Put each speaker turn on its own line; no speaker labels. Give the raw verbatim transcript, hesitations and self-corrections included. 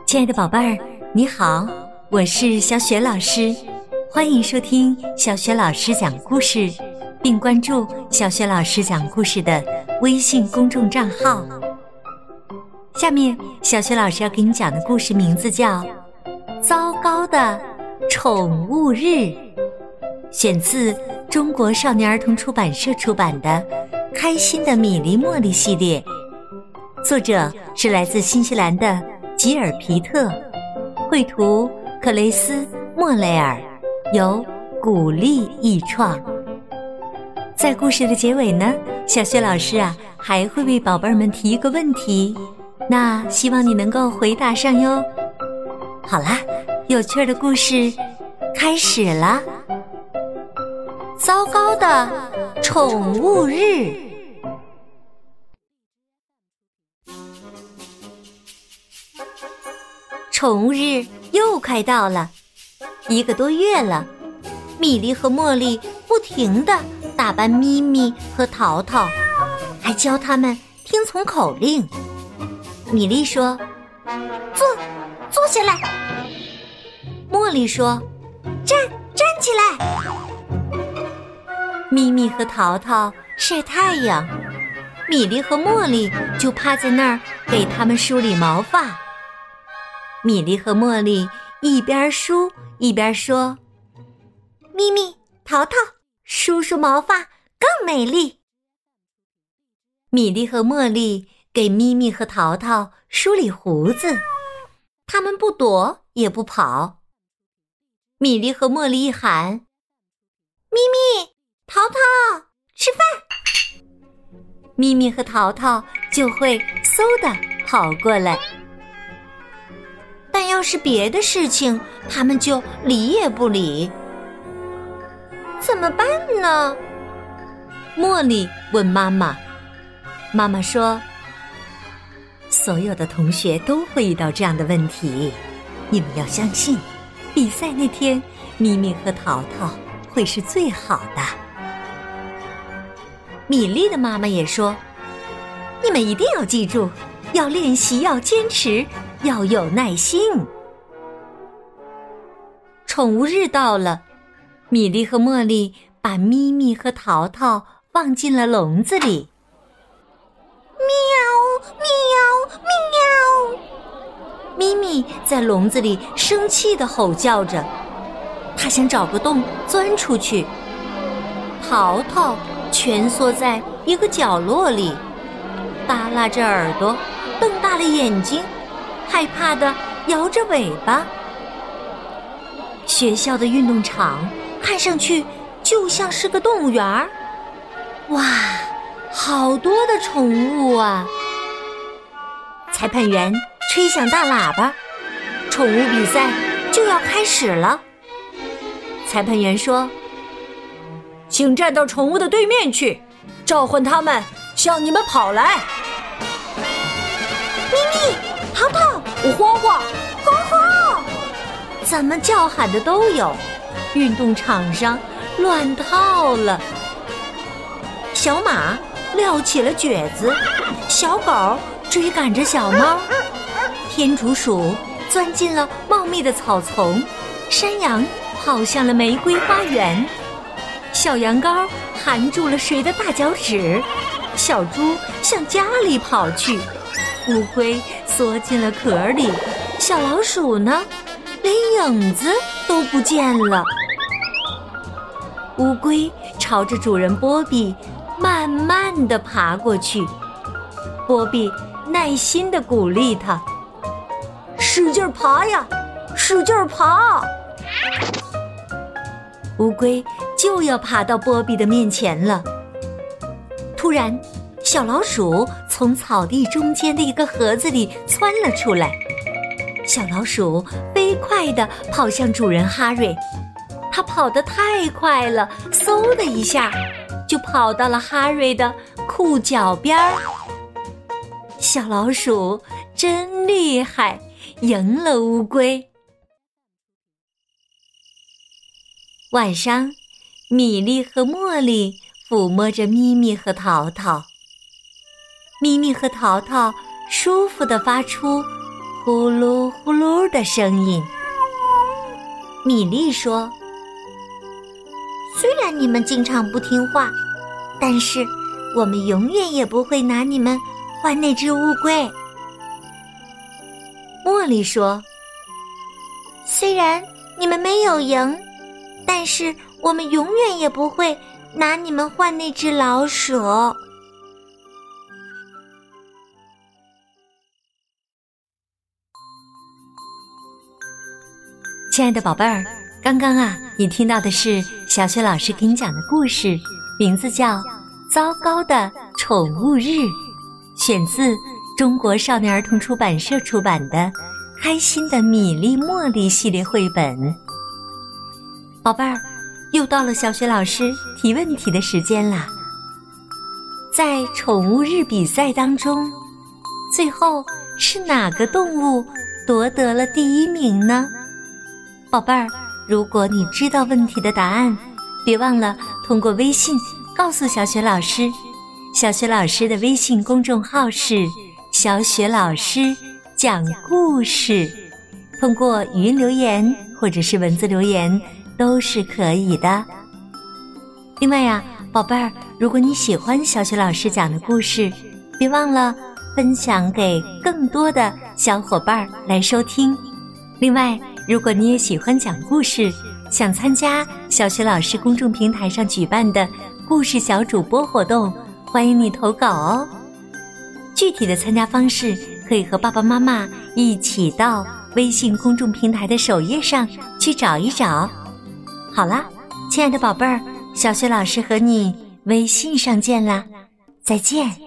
亲爱的宝贝儿，你好，我是小雪老师，欢迎收听小雪老师讲故事，并关注小雪老师讲故事的微信公众账号。下面小雪老师要给你讲的故事名字叫《糟糕的宠物日》，选自中国少年儿童出版社出版的《开心的米粒茉莉》系列，作者是来自新西兰的吉尔皮特，绘图克雷斯莫雷尔，由古力译创。在故事的结尾呢，小雪老师啊还会为宝贝们提一个问题，那希望你能够回答上哟。好啦，有趣的故事开始了。糟糕的宠物日。宠物日又快到了，一个多月了，米莉和茉莉不停地打扮咪咪和淘淘，还教他们听从口令。米莉说：坐坐下来。茉莉说：站站起来。咪咪和淘淘晒太阳，米莉和茉莉就趴在那儿给他们梳理毛发。米莉和茉莉一边梳一边说：咪咪、淘淘，梳梳毛发更美丽。米莉和茉莉给咪咪和淘淘梳理胡子，他们不躲也不跑。米莉和茉莉一喊：咪咪、淘淘，吃饭！咪咪和淘淘就会嗖地跑过来。但要是别的事情，他们就理也不理。怎么办呢？茉莉问妈妈。妈妈说：所有的同学都会遇到这样的问题，你们要相信，比赛那天咪咪和淘淘会是最好的。米莉的妈妈也说：你们一定要记住，要练习，要坚持，要有耐心。宠物日到了，米莉和茉莉把咪咪和淘淘放进了笼子里。喵喵喵！咪咪在笼子里生气地吼叫着，她想找个洞钻出去。淘淘蜷缩在一个角落里，耷拉着耳朵，瞪大了眼睛，害怕地摇着尾巴。学校的运动场看上去就像是个动物园儿，哇，好多的宠物啊！裁判员吹响大喇叭，宠物比赛就要开始了。裁判员说：请站到宠物的对面去，召唤他们向你们跑来。咪咪、淘淘、我花花，花花，怎么叫喊的都有，运动场上乱套了。小马撂起了蹶子，小狗追赶着小猫，天竺鼠钻进了茂密的草丛，山羊跑向了玫瑰花园，小羊羔含住了谁的大脚趾，小猪向家里跑去，乌龟缩进了壳里，小老鼠呢，连影子都不见了。乌龟朝着主人波比慢慢地爬过去，波比耐心地鼓励他：使劲爬呀，使劲爬！乌龟就要爬到波比的面前了。突然，小老鼠从草地中间的一个盒子里窜了出来，小老鼠飞快地跑向主人哈瑞，它跑得太快了，嗖的一下就跑到了哈瑞的裤脚边儿。小老鼠真厉害，赢了乌龟。晚上，米莉和茉莉抚摸着咪咪和淘淘，咪咪和淘淘舒服地发出呼噜呼噜的声音。米莉说：虽然你们经常不听话，但是我们永远也不会拿你们换那只乌龟。茉莉说：虽然你们没有赢，但是我们永远也不会拿你们换那只老鼠。亲爱的宝贝儿，刚刚啊，你听到的是小雪老师给你讲的故事，名字叫《糟糕的宠物日》，选自中国少年儿童出版社出版的《开心的米粒茉莉》系列绘本。宝贝儿，又到了小雪老师提问题的时间啦。在宠物日比赛当中，最后是哪个动物夺得了第一名呢？宝贝儿，如果你知道问题的答案，别忘了通过微信告诉小雪老师。小雪老师的微信公众号是小雪老师讲故事，通过语音留言或者是文字留言都是可以的。另外呀，宝贝儿，如果你喜欢小雪老师讲的故事，别忘了分享给更多的小伙伴来收听。另外，如果你也喜欢讲故事，想参加小雪老师公众平台上举办的故事小主播活动，欢迎你投稿哦。具体的参加方式可以和爸爸妈妈一起到微信公众平台的首页上去找一找。好啦，亲爱的宝贝儿，小雪老师和你微信上见啦，再见。